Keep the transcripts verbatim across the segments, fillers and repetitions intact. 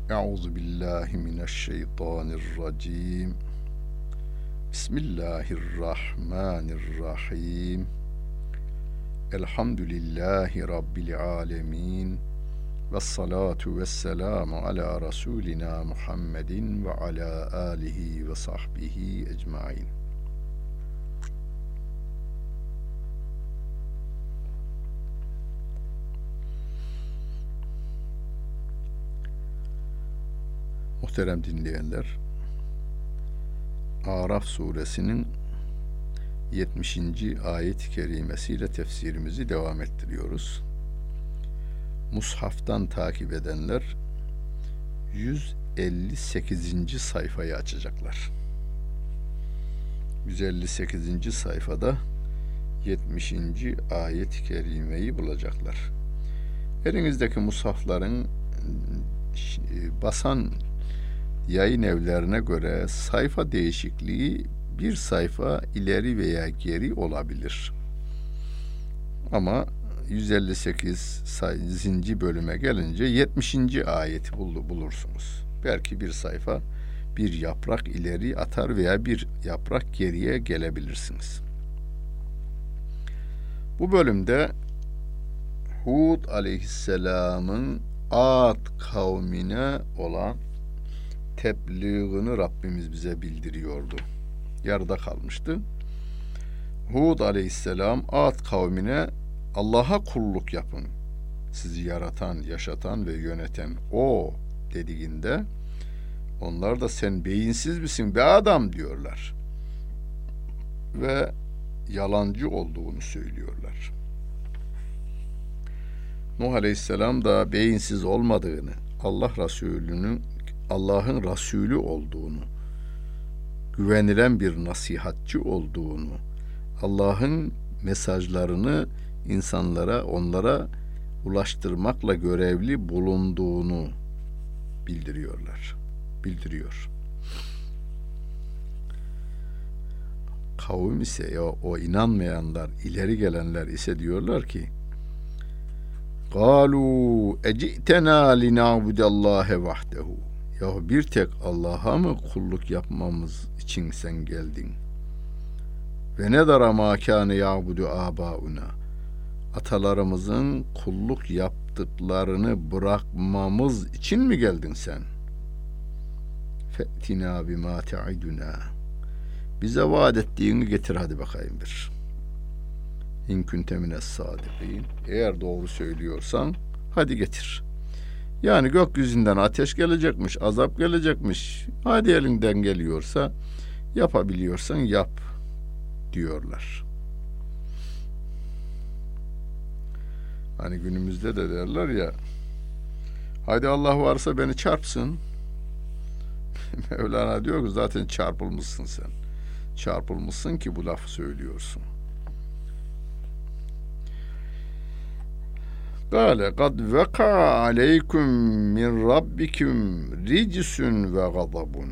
Euzu billahi mineşşeytanirracim. Bismillahirrahmanirrahim. Elhamdülillahi rabbil alamin. Ves salatu vesselamu ala rasulina Muhammedin ve ala alihi ve sahbihi ecmaîn. Muhterem dinleyenler, Araf suresinin yetmişinci ayet-i kerimesiyle tefsirimizi devam ettiriyoruz. Mushaftan takip edenler yüz elli sekizinci sayfayı açacaklar. yüz elli sekizinci sayfada yetmişinci ayet-i kerimeyi bulacaklar. Elinizdeki mushafların basan yayın evlerine göre sayfa değişikliği bir sayfa ileri veya geri olabilir. Ama yüz elli sekizinci bölüme gelince yetmişinci ayeti bulursunuz. Belki bir sayfa bir yaprak ileri atar veya bir yaprak geriye gelebilirsiniz. Bu bölümde Hud aleyhisselamın Ad kavmine olan tebliğini Rabbimiz bize bildiriyordu. Yarıda kalmıştı. Hud aleyhisselam Ad kavmine Allah'a kulluk yapın. Sizi yaratan, yaşatan ve yöneten O dediğinde onlar da sen beyinsiz misin be adam diyorlar. Ve yalancı olduğunu söylüyorlar. Nuh aleyhisselam da beyinsiz olmadığını, Allah Resulü'nün Allah'ın Resulü olduğunu, güvenilen bir nasihatçı olduğunu, Allah'ın mesajlarını insanlara, onlara ulaştırmakla görevli bulunduğunu bildiriyorlar. Bildiriyor. Kavim ise ya o inanmayanlar, ileri gelenler ise diyorlar ki: "Galu ecitena lina'budallaha vahdehu." Ya bir tek Allah'a mı kulluk yapmamız için sen geldin? Ve ne dara ma kâne ya'budu âbâuna. Atalarımızın kulluk yaptıklarını bırakmamız için mi geldin sen? Fe'tina bima te'iduna. Bize vaat ettiğini getir hadi bakayım bir. İn kunte mines sâdikîn. Eğer doğru söylüyorsan hadi getir. Yani gökyüzünden ateş gelecekmiş, azap gelecekmiş. Hadi elinden geliyorsa, yapabiliyorsan yap diyorlar. Hani günümüzde de derler ya, hadi Allah varsa beni çarpsın. Mevlana diyor ki zaten çarpılmışsın sen. Çarpılmışsın ki bu lafı söylüyorsun. Kâle kad veka aleykum min rabbikum ricsun ve gazabun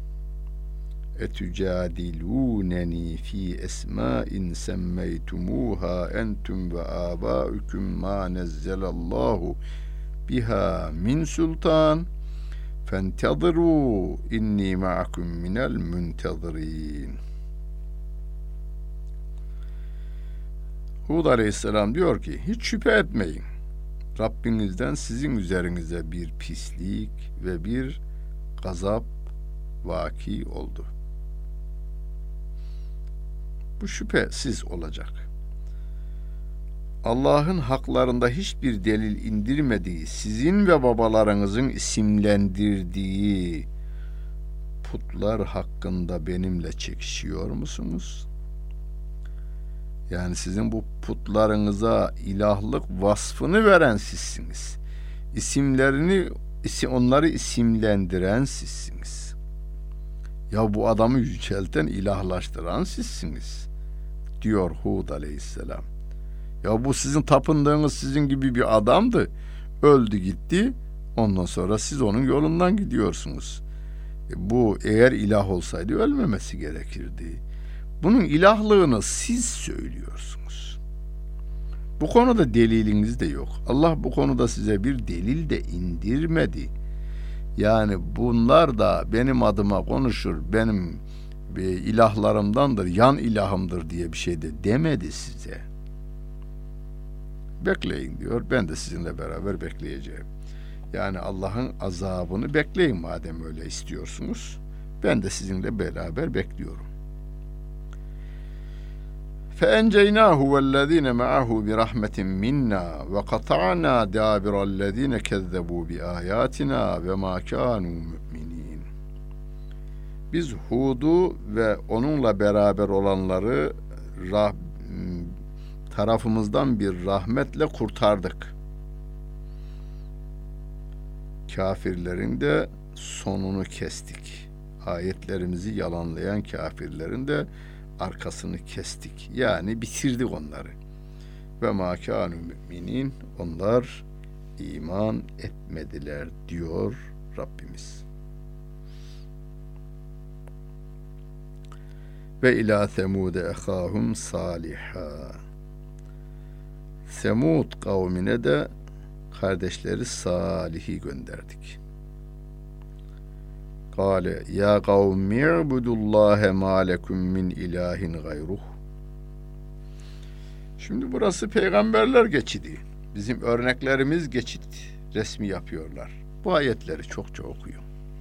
etücadilûneni fî esmâin semmeytumuhâ entum ve âbâukum mâ nezzelallahu biha min sultan fentezirû inni ma'akum minel muntezirîn. Hud aleyhisselam diyor ki hiç şüphe etmeyin. Rabbinizden sizin üzerinize bir pislik ve bir gazap vaki oldu. Bu şüphesiz olacak. Allah'ın haklarında hiçbir delil indirmediği, sizin ve babalarınızın isimlendirdiği putlar hakkında benimle çekişiyor musunuz? Yani sizin bu putlarınıza ilahlık vasfını veren sizsiniz. İsimlerini, onları isimlendiren sizsiniz. Ya bu adamı yücelten, ilahlaştıran sizsiniz, diyor Hud aleyhisselam. Ya bu sizin tapındığınız sizin gibi bir adamdı. Öldü gitti. Ondan sonra siz onun yolundan gidiyorsunuz. E bu eğer ilah olsaydı ölmemesi gerekirdi. Bunun ilahlığını siz söylüyorsunuz. Bu konuda deliliniz de yok. Allah bu konuda size bir delil de indirmedi. Yani bunlar da benim adıma konuşur, benim e, ilahlarımdandır, yan ilahımdır diye bir şey de demedi size. Bekleyin diyor, ben de sizinle beraber bekleyeceğim. Yani Allah'ın azabını bekleyin madem öyle istiyorsunuz. Ben de sizinle beraber bekliyorum. فَاَنْجَيْنَاهُ وَالَّذ۪ينَ مَعَهُ بِرَحْمَةٍ مِنَّا وَقَطَعْنَا دَابِرَ الَّذ۪ينَ كَذَّبُوا بِآيَاتِنَا وَمَا كَانُوا مُؤْمِنِينَ. Biz Hud'u ve onunla beraber olanları rah- tarafımızdan bir rahmetle kurtardık. Kafirlerin de sonunu kestik. Ayetlerimizi yalanlayan kafirlerin de arkasını kestik. Yani bitirdik onları. Ve mâ kânû müminin, onlar iman etmediler diyor Rabbimiz. Ve ilâ semûde ehâhum sâlihâ. Semud kavmine de kardeşleri Salih'i gönderdik. Kâle ya kavmi i'budullâhe mâ lekum min ilâhin gayruh. Şimdi burası peygamberler geçidi. Bizim örneklerimiz geçit resmi yapıyorlar. Bu ayetleri çokça okuyun.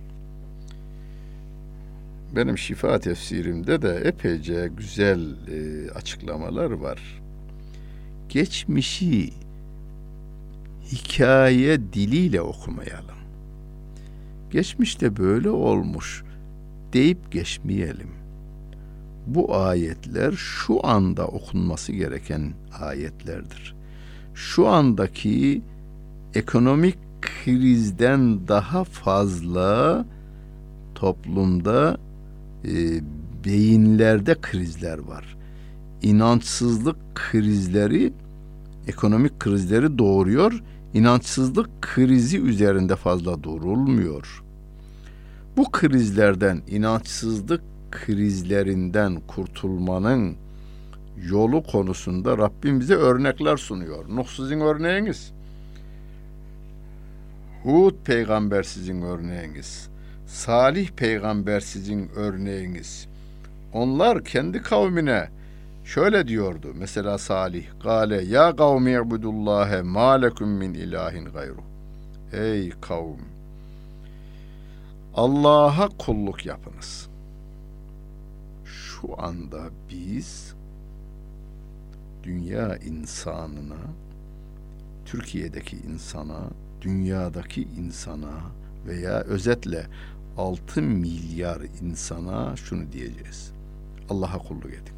Benim şifa tefsirimde de epeyce güzel e, açıklamalar var. Geçmişi hikaye diliyle okumayalım. Geçmişte böyle olmuş deyip geçmeyelim. Bu ayetler şu anda okunması gereken ayetlerdir. Şu andaki ekonomik krizden daha fazla toplumda e, beyinlerde krizler var. İnançsızlık krizleri ekonomik krizleri doğuruyor. İnançsızlık krizi üzerinde fazla durulmuyor. Bu krizlerden, inançsızlık krizlerinden kurtulmanın yolu konusunda Rabbim bize örnekler sunuyor. Nuh sizin örneğiniz. Hud peygamber sizin örneğiniz. Salih peygamber sizin örneğiniz. Onlar kendi kavmine şöyle diyordu. Mesela Salih, "Gale ya kavmi ibudullâhe mâ lekum min ilâhin gayruh." Ey kavm, Allah'a kulluk yapınız. Şu anda biz dünya insanına, Türkiye'deki insana, dünyadaki insana veya özetle altı milyar insana şunu diyeceğiz: Allah'a kulluk edin.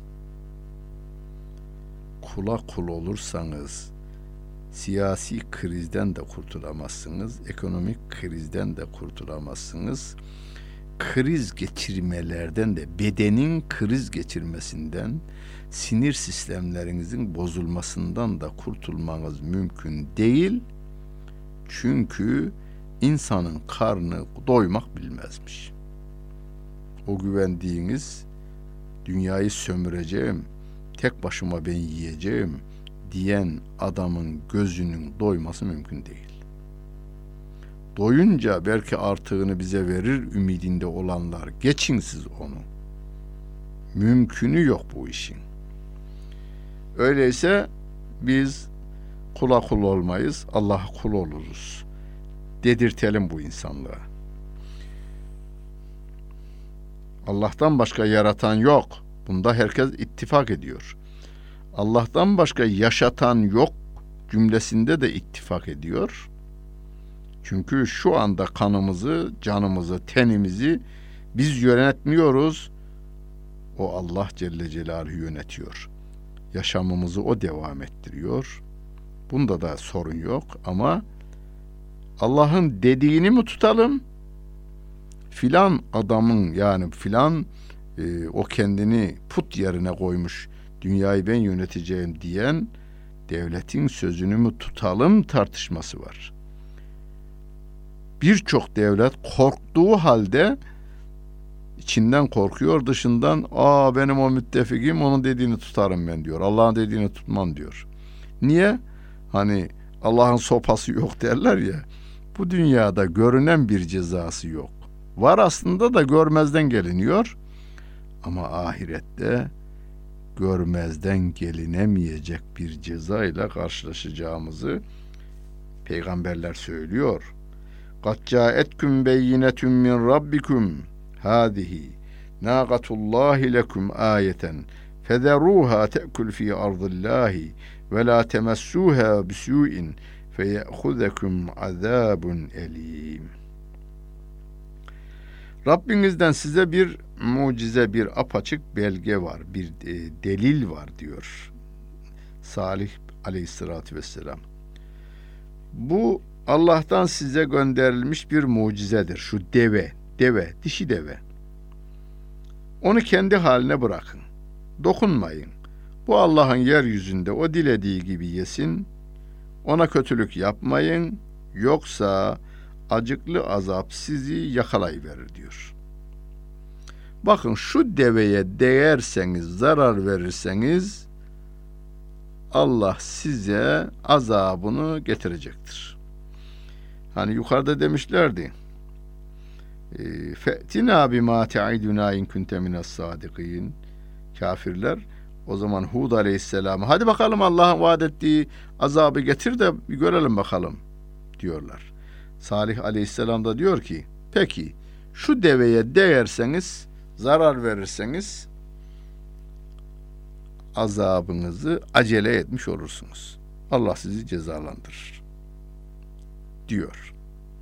Kula kul olursanız siyasi krizden de kurtulamazsınız, ekonomik krizden de kurtulamazsınız. Kriz geçirmelerden de, bedenin kriz geçirmesinden, sinir sistemlerinizin bozulmasından da kurtulmanız mümkün değil. Çünkü insanın karnı doymak bilmezmiş. O güvendiğiniz, dünyayı sömüreceğim, tek başıma ben yiyeceğim diyen adamın gözünün doyması mümkün değil. Doyunca belki artığını bize verir ümidinde olanlar, geçin siz onu. Mümkünü yok bu işin. Öyleyse biz kula kul olmayız, Allah'a kul oluruz. Dedirtelim bu insanlığa. Allah'tan başka yaratan yok. Bunda herkes ittifak ediyor. Allah'tan başka yaşatan yok cümlesinde de ittifak ediyor. Çünkü şu anda kanımızı, canımızı, tenimizi biz yönetmiyoruz. O Allah Celle Celaluhu yönetiyor. Yaşamımızı o devam ettiriyor. Bunda da sorun yok ama Allah'ın dediğini mi tutalım? Filan adamın, yani filan e, o kendini put yerine koymuş, dünyayı ben yöneteceğim diyen devletin sözünü mü tutalım tartışması var. Birçok devlet korktuğu halde, içinden korkuyor, dışından aa benim o müttefikim, onun dediğini tutarım ben diyor. Allah'ın dediğini tutmam diyor. Niye? Hani Allah'ın sopası yok derler ya. Bu dünyada görünen bir cezası yok. Var aslında da görmezden geliniyor. Ama ahirette görmezden gelinemeyecek bir ceza ile karşılaşacağımızı peygamberler söylüyor. قَدْ جَاءَتْكُمْ بَيِّنَةٌ مِّنْ رَبِّكُمْ هَذِهِ نَاقَةُ اللّٰهِ لَكُمْ آيَةً فَذَرُوهَا تَأْكُلْ فِي أَرْضِ اللّٰهِ وَلَا تَمَسُّوهَا بِسُوءٍ فَيَأْخُذَكُمْ عَذَابٌ أَلِيمٌ. Rabbinizden size bir mucize, bir apaçık belge var, bir e, delil var diyor Salih aleyhissalatü vesselam. Bu Allah'tan size gönderilmiş bir mucizedir. Şu deve, deve, dişi deve. Onu kendi haline bırakın. Dokunmayın. Bu Allah'ın yeryüzünde o dilediği gibi yesin. Ona kötülük yapmayın. Yoksa acıklı azap sizi yakalayıverir diyor. Bakın şu deveye değerseniz, zarar verirseniz Allah size azabını getirecektir. Hani yukarıda demişlerdi. Fe'tina bima te'iduna in kunte minas sadikin. Kafirler o zaman Hud aleyhisselam'a hadi bakalım Allah'ın vaat ettiği azabı getir de bir görelim bakalım diyorlar. Salih aleyhisselam da diyor ki peki şu deveye değerseniz, zarar verirseniz azabınızı acele etmiş olursunuz. Allah sizi cezalandırır diyor.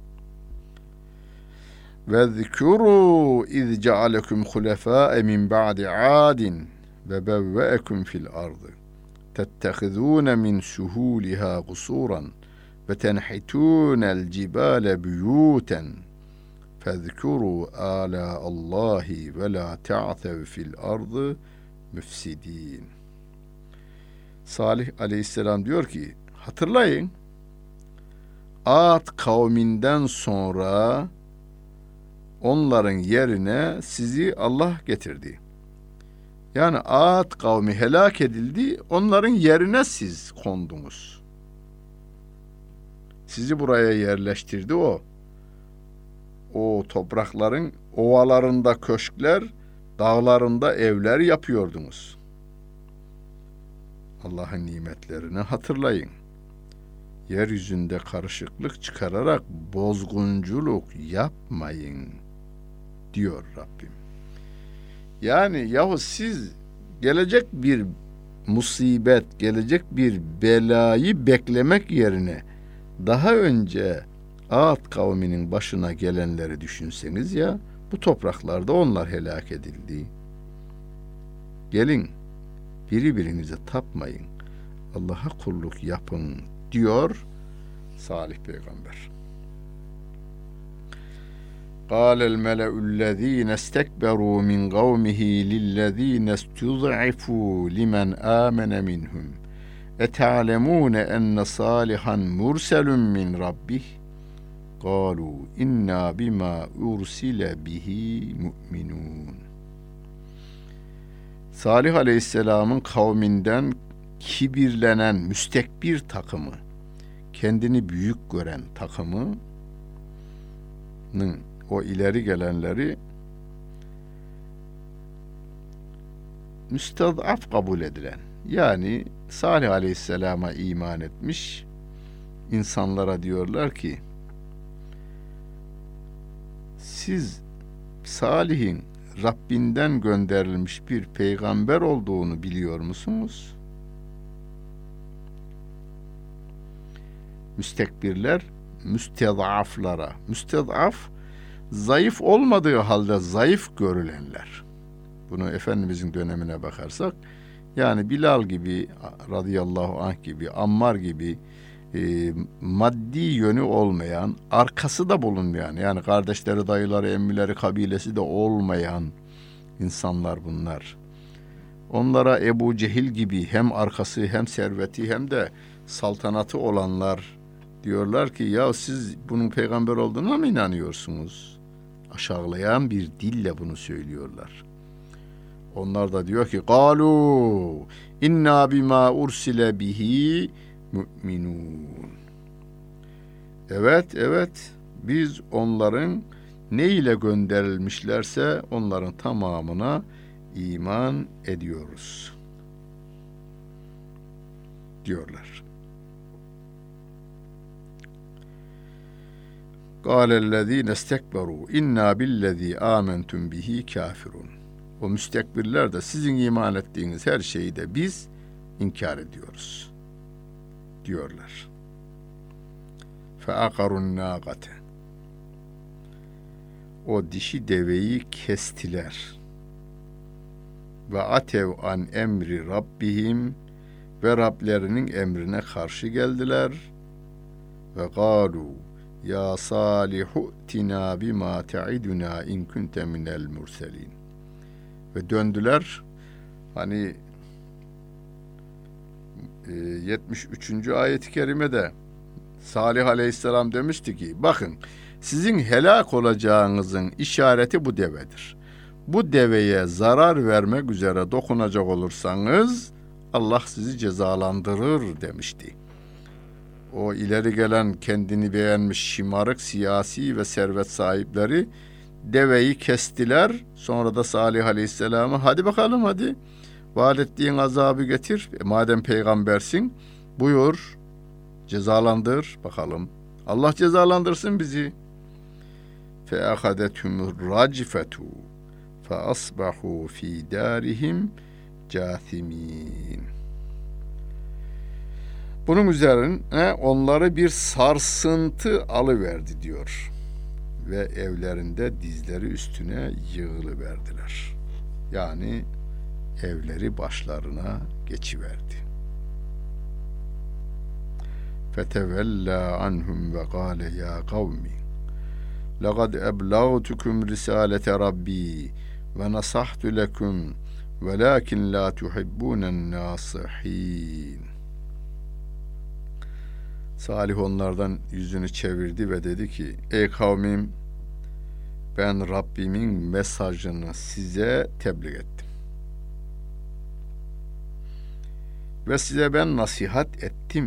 Ve zikuru iz cealekum hulefâe min ba'di adin ve bevve'ekum fil ardı tettehizûne min suhûlihâ gusuran ve tenhitûnel cibâle büyûten fezkurû âlâ Allâhi ve lâ te'atev fil ardı müfsidîn. Salih aleyhisselam diyor ki hatırlayın, Ad kavminden sonra onların yerine sizi Allah getirdi. Yani Ad kavmi helak edildi, onların yerine siz kondunuz. Sizi buraya yerleştirdi o. O toprakların ovalarında köşkler, dağlarında evler yapıyordunuz. Allah'ın nimetlerini hatırlayın. Yeryüzünde karışıklık çıkararak bozgunculuk yapmayın diyor Rabbim. Yani yahu siz gelecek bir musibet, gelecek bir belayı beklemek yerine daha önce Ad kavminin başına gelenleri düşünseniz ya, bu topraklarda onlar helak edildi. Gelin birbirinize tapmayın, Allah'a kulluk yapın diyor Salih peygamber. قال الملأ الذين استكبروا من قومه للذين استضعفوا لمن آمن منهم أتعلمون أن صالحا مرسل من ربه قالوا إنا بما أرسل به مؤمنون. Salih Aleyhisselam'ın kavminden kibirlenen müstekbir takımı, kendini büyük gören takımının o ileri gelenleri müstadaf kabul edilen, yani Salih Aleyhisselam'a iman etmiş insanlara diyorlar ki siz Salih'in Rabbinden gönderilmiş bir peygamber olduğunu biliyor musunuz? Müstekbirler müstedaflara, müstedaf zayıf olmadığı halde zayıf görülenler. Bunu Efendimizin dönemine bakarsak, yani Bilal gibi, radıyallahu anh gibi, Ammar gibi e, maddi yönü olmayan, arkası da bulunmayan, yani kardeşleri, dayıları, emmileri, kabilesi de olmayan insanlar bunlar. Onlara Ebu Cehil gibi hem arkası hem serveti hem de saltanatı olanlar diyorlar ki ya siz bunun peygamber olduğuna mı inanıyorsunuz? Aşağılayan bir dille bunu söylüyorlar. Onlar da diyor ki قَالُوا اِنَّا بِمَا اُرْسِلَ بِهِ مُؤْمِنُونَ. Evet, evet. Biz onların ne ile gönderilmişlerse onların tamamına iman ediyoruz diyorlar. Kâlellezîne istekberû innâ billezî âmentum bihi kâfirun. O müstekbirler de sizin iman ettiğiniz her şeyi de biz inkar ediyoruz diyorlar. Feakarun nâgate. O dişi deveyi kestiler. Ve atev an emri rabbihim, ve Rablerinin emrine karşı geldiler. Ve galu ya salihu tina bima te'iduna in kunte minel murselin. Ve döndüler. Hani e, yetmiş üçüncü ayet-i kerimede Salih Aleyhisselam demişti ki, bakın sizin helak olacağınızın işareti bu devedir. Bu deveye zarar vermek üzere dokunacak olursanız Allah sizi cezalandırır demişti. O ileri gelen kendini beğenmiş şımarık siyasi ve servet sahipleri deveyi kestiler. Sonra da Salih Aleyhisselam'a hadi bakalım hadi vaat ettiğin azabı getir. E, madem peygambersin buyur cezalandır bakalım. Allah cezalandırsın bizi. فَاَخَذَتْهُمُ الرَّجْفَةُ فَأَصْبَحُوا ف۪ي دَارِهِمْ جَاثِم۪ينَ. Bunun üzerine onları bir sarsıntı alıverdi diyor. Ve evlerinde dizleri üstüne yığılıverdiler. Yani evleri başlarına geçiverdi. فَتَوَلَّى عَنْهُمْ وَقَالَ يَا قَوْمِ لَقَدْ أَبْلَغْتُكُمْ رِسَالَةَ رَبِّي وَنَصَحْتُ لَكُمْ وَلَكِنْ لَا تُحِبُّونَ النَّاصِحِينَ. Salih onlardan yüzünü çevirdi ve dedi ki, ey kavmim, ben Rabbimin mesajını size tebliğ ettim. Ve size ben nasihat ettim.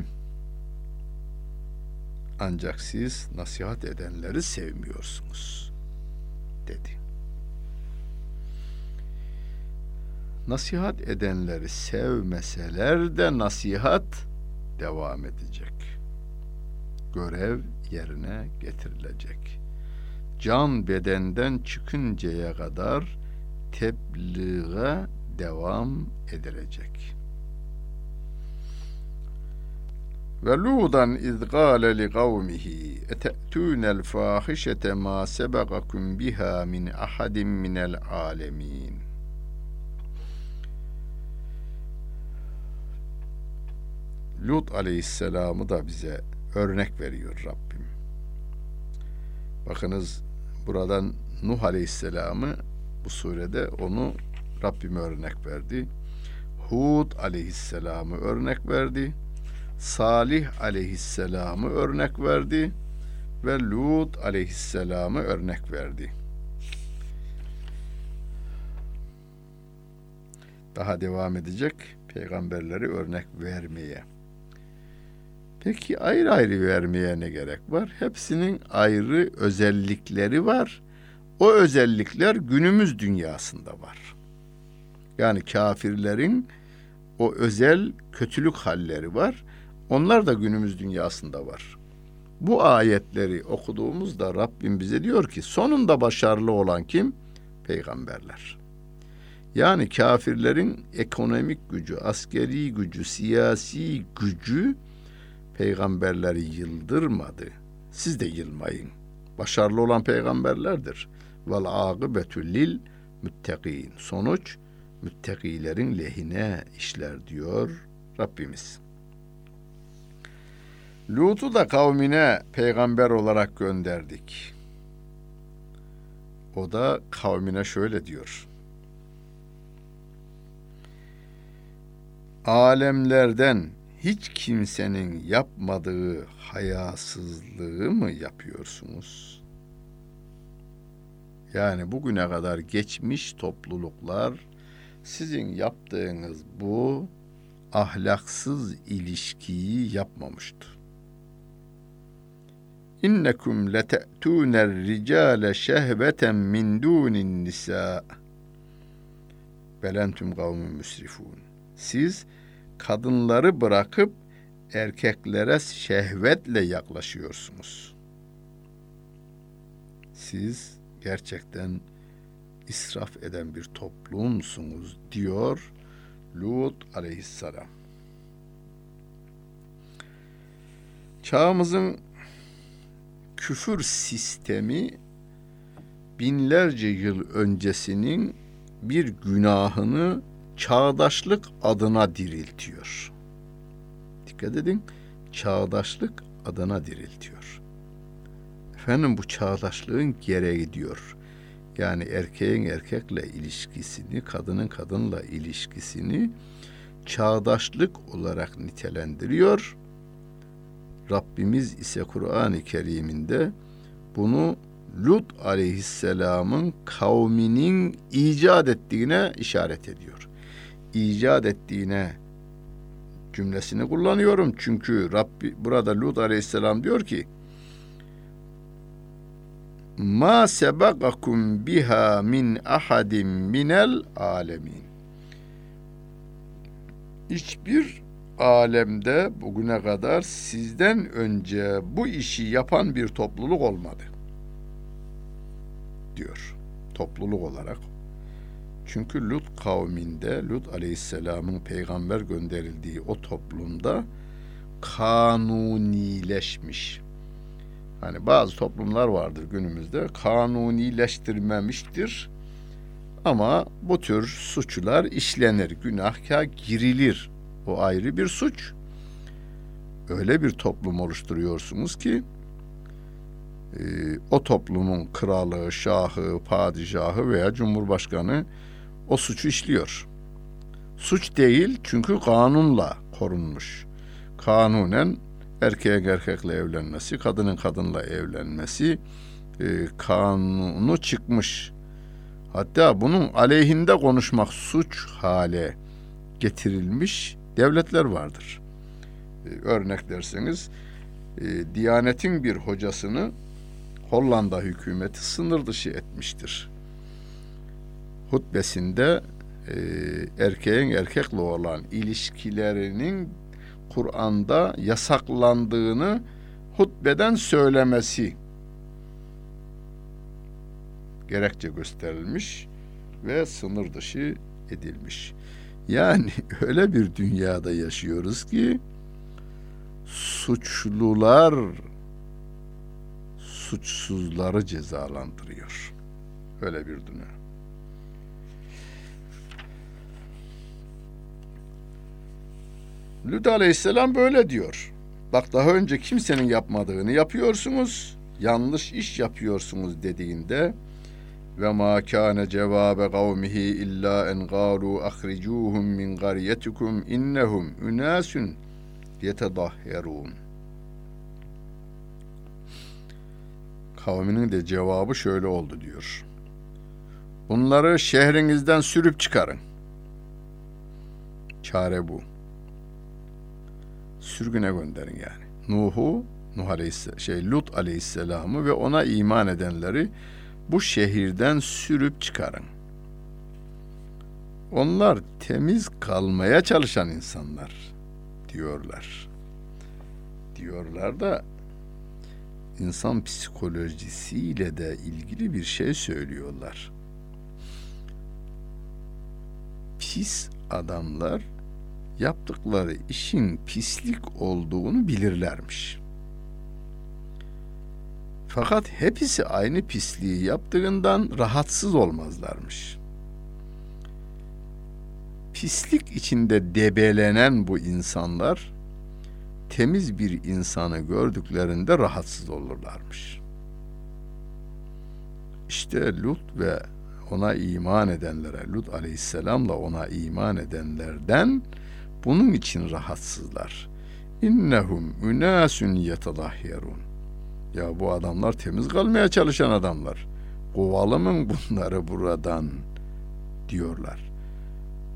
Ancak siz nasihat edenleri sevmiyorsunuz, dedi. Nasihat edenleri sevmeseler de nasihat devam edecek. Görev yerine getirilecek. Can bedenden çıkıncaya kadar tebliğe devam edilecek. Ve Ludan iz gâle li kavmihi ete'tûnel fâhişete mâ sebagakum biha min ahadin minel âlemîn. Lut aleyhisselamı da bize örnek veriyor Rabbim. Bakınız buradan Nuh aleyhisselamı bu surede onu Rabbim örnek verdi. Hud aleyhisselamı örnek verdi. Salih aleyhisselamı örnek verdi ve Lut aleyhisselamı örnek verdi. Daha devam edecek peygamberleri örnek vermeye. Peki ayrı ayrı vermeye ne gerek var? Hepsinin ayrı özellikleri var. O özellikler günümüz dünyasında var. Yani kafirlerin o özel kötülük halleri var. Onlar da günümüz dünyasında var. Bu ayetleri okuduğumuzda Rabbim bize diyor ki sonunda başarılı olan kim? Peygamberler. Yani kafirlerin ekonomik gücü, askeri gücü, siyasi gücü peygamberleri yıldırmadı. Siz de yılmayın. Başarılı olan peygamberlerdir. Vel âgıbetü lil müttegîn. Sonuç müttekilerin lehine işler diyor Rabbimiz. Lut'u da kavmine peygamber olarak gönderdik. O da kavmine şöyle diyor. Alemlerden hiç kimsenin yapmadığı hayasızlığı mı yapıyorsunuz? Yani bugüne kadar geçmiş topluluklar sizin yaptığınız bu ahlaksız ilişkiyi yapmamıştı. İnnekum lete'tûner ricâle şehveten min dûnin nisâ. Belentum kavmun müsrifûn. Siz kadınları bırakıp erkeklere şehvetle yaklaşıyorsunuz. Siz gerçekten israf eden bir toplumsunuz diyor Lut aleyhisselam. Çağımızın küfür sistemi binlerce yıl öncesinin bir günahını çağdaşlık adına diriltiyor. Dikkat edin, çağdaşlık adına diriltiyor. Efendim bu çağdaşlığın gereği diyor. Yani erkeğin erkekle ilişkisini, kadının kadınla ilişkisini çağdaşlık olarak nitelendiriyor. Rabbimiz ise Kur'an-ı Kerim'inde bunu Lut aleyhisselamın kavminin icat ettiğine işaret ediyor. İcat ettiğine cümlesini kullanıyorum. Çünkü Rabbi burada Lut aleyhisselam diyor ki ma sebagakum biha min ahadin minel alemin. Hiçbir alemde bugüne kadar sizden önce bu işi yapan bir topluluk olmadı diyor. Topluluk olarak. Çünkü Lut kavminde, Lut aleyhisselamın peygamber gönderildiği o toplumda kanunileşmiş. Hani bazı toplumlar vardır günümüzde kanunileştirmemiştir. Ama bu tür suçlar işlenir, günahka girilir. O ayrı bir suç. Öyle bir toplum oluşturuyorsunuz ki e, o toplumun kralı, şahı, padişahı veya cumhurbaşkanı o suçu işliyor. Suç değil çünkü kanunla korunmuş. Kanunen erkeğin erkekle evlenmesi, kadının kadınla evlenmesi e, kanunu çıkmış. Hatta bunun aleyhinde konuşmak suç hale getirilmiş devletler vardır. Ee, örnek derseniz e, Diyanet'in bir hocasını Hollanda hükümeti sınır dışı etmiştir. Hutbesinde e, erkeğin erkekle olan ilişkilerinin Kur'an'da yasaklandığını hutbeden söylemesi gerekçe gösterilmiş ve sınır dışı edilmiş. Yani öyle bir dünyada yaşıyoruz ki suçlular suçsuzları cezalandırıyor. Öyle bir dünya. Lut aleyhisselam böyle diyor. Bak daha önce kimsenin yapmadığını yapıyorsunuz, yanlış iş yapıyorsunuz dediğinde ve ma kana cevabe kavmihi illa en galu ahricuhum min qaryatikum innahum unasun yetedahherun. Kavminin de cevabı şöyle oldu diyor. Bunları şehrinizden sürüp çıkarın. Çare bu. Sürgüne gönderin yani. Nuh'u, Nuh aleyhisselam, şey Lut aleyhisselamı ve ona iman edenleri bu şehirden sürüp çıkarın. Onlar temiz kalmaya çalışan insanlar diyorlar. Diyorlar da insan psikolojisiyle de ilgili bir şey söylüyorlar. Pis adamlar yaptıkları işin pislik olduğunu bilirlermiş. Fakat hepsi aynı pisliği yaptığından rahatsız olmazlarmış. Pislik içinde debelenen bu insanlar temiz bir insanı gördüklerinde rahatsız olurlarmış. İşte Lut ve ona iman edenlere, Lut aleyhisselamla ona iman edenlerden bunun için rahatsızlar. İnnehum unasun yetedahherun. Ya bu adamlar temiz kalmaya çalışan adamlar. Kovalımın bunları buradan diyorlar.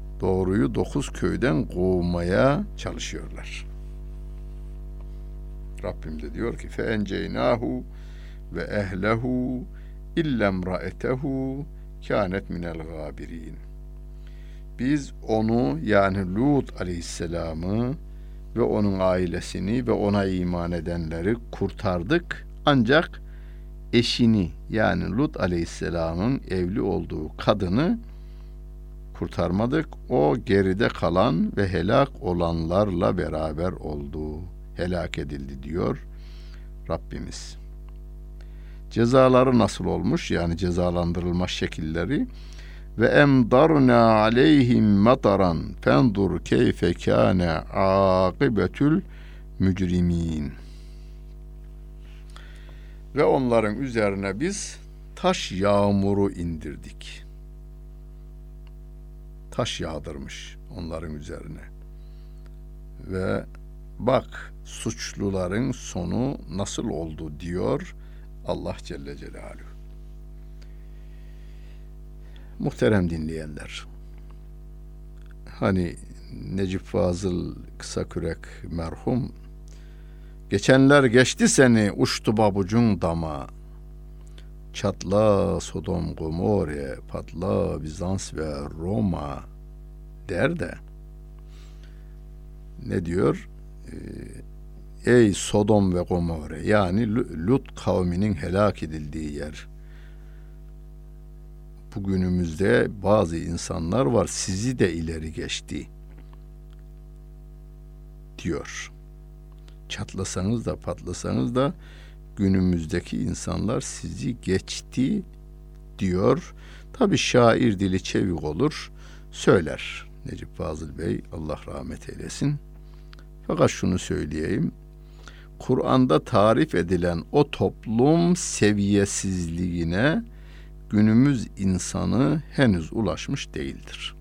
Doğruyu dokuz köyden kovmaya çalışıyorlar. Rabbim de diyor ki fe enceynahu ve ehlehu illemraetehu kânet minel gâbirin. Biz onu, yani Lut aleyhisselamı ve onun ailesini ve ona iman edenleri kurtardık. Ancak eşini, yani Lut aleyhisselamın evli olduğu kadını kurtarmadık. O geride kalan ve helak olanlarla beraber oldu. Helak edildi diyor Rabbimiz. Cezaları nasıl olmuş? Yani cezalandırılma şekilleri. Ve emdarna aleyhim mataran fendur keyfe kâne âkıbetül mücrimin. Ve onların üzerine biz taş yağmuru indirdik. Taş yağdırmış onların üzerine. Ve bak suçluların sonu nasıl oldu diyor Allah Celle Celaluhu. Muhterem dinleyenler, hani Necip Fazıl Kısakürek merhum, geçenler geçti seni uçtu babucun dama, çatla Sodom Gomorre, patla Bizans ve Roma der de, ne diyor? Ee, ey Sodom ve Gomorre, yani Lut kavminin helak edildiği yer. Bugünümüzde bazı insanlar var, sizi de ileri geçti diyor. Çatlasanız da patlasanız da günümüzdeki insanlar sizi geçti diyor. Tabi şair dili çevik olur, söyler Necip Fazıl Bey, Allah rahmet eylesin. Fakat şunu söyleyeyim, Kur'an'da tarif edilen o toplum seviyesizliğine günümüz insanı henüz ulaşmış değildir.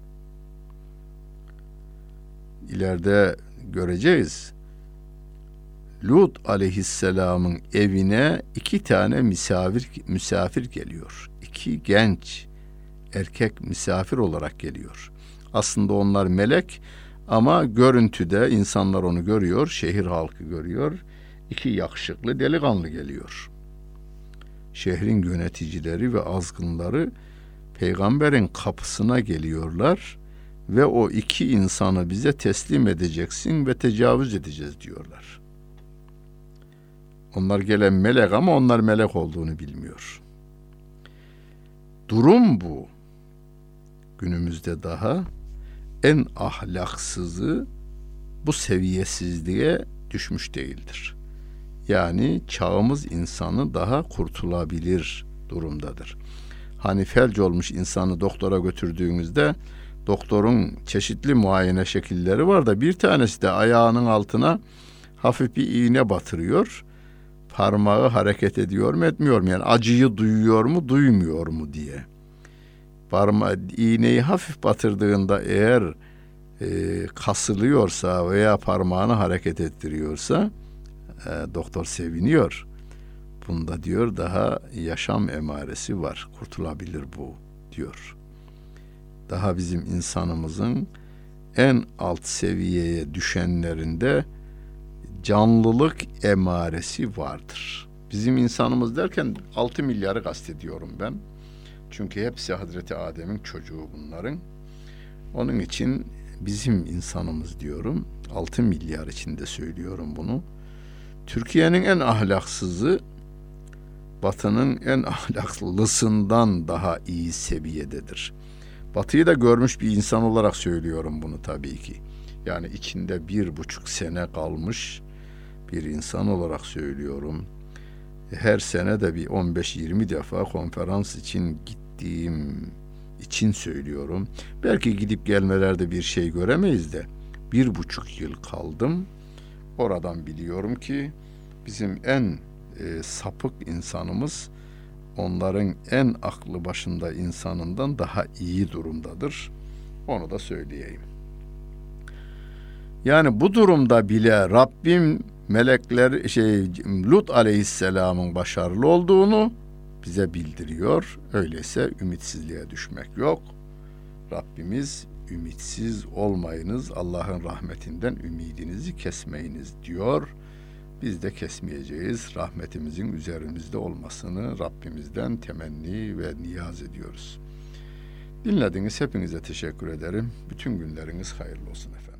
İleride göreceğiz. Lut aleyhisselamın evine iki tane misafir, misafir geliyor. İki genç erkek misafir olarak geliyor. Aslında onlar melek ama görüntüde insanlar onu görüyor, şehir halkı görüyor. İki yakışıklı delikanlı geliyor. Şehrin yöneticileri ve azgınları peygamberin kapısına geliyorlar ve o iki insanı bize teslim edeceksin ve tecavüz edeceğiz diyorlar. Onlar gelen melek ama onlar melek olduğunu bilmiyor. Durum bu. Günümüzde daha en ahlaksızı bu seviyesizliğe düşmüş değildir. Yani çağımız insanı daha kurtulabilir durumdadır. Hani felç olmuş insanı doktora götürdüğünüzde doktorun çeşitli muayene şekilleri var da bir tanesi de ayağının altına hafif bir iğne batırıyor. Parmağı hareket ediyor mu etmiyor mu? Yani acıyı duyuyor mu duymuyor mu diye. Parmağı, iğneyi hafif batırdığında eğer e, kasılıyorsa veya parmağını hareket ettiriyorsa e, doktor seviniyor. Bunda diyor daha yaşam emaresi var. Kurtulabilir bu diyor. Daha bizim insanımızın en alt seviyeye düşenlerinde canlılık emaresi vardır. Bizim insanımız derken altı milyarı kastediyorum ben. Çünkü hepsi Hazreti Adem'in çocuğu bunların. Onun için bizim insanımız diyorum. altı milyar içinde söylüyorum bunu. Türkiye'nin en ahlaksızı Batı'nın en ahlaklısından daha iyi seviyededir. Batı'yı da görmüş bir insan olarak söylüyorum bunu tabii ki. Yani içinde bir buçuk sene kalmış bir insan olarak söylüyorum. Her sene de bir on beş yirmi defa konferans için gittiğim için söylüyorum. Belki gidip gelmelerde bir şey göremeyiz de bir buçuk yıl kaldım. Oradan biliyorum ki bizim en e, sapık insanımız onların en aklı başında insanından daha iyi durumdadır. Onu da söyleyeyim. Yani bu durumda bile Rabbim melekler şey Lut aleyhisselamın başarılı olduğunu bize bildiriyor. Öyleyse ümitsizliğe düşmek yok. Rabbimiz ümitsiz olmayınız, Allah'ın rahmetinden ümidinizi kesmeyiniz diyor Biz de kesmeyeceğiz. Rahmetimizin üzerimizde olmasını Rabbimizden temenni ve niyaz ediyoruz. Dinlediğiniz hepinize teşekkür ederim. Bütün günleriniz hayırlı olsun efendim.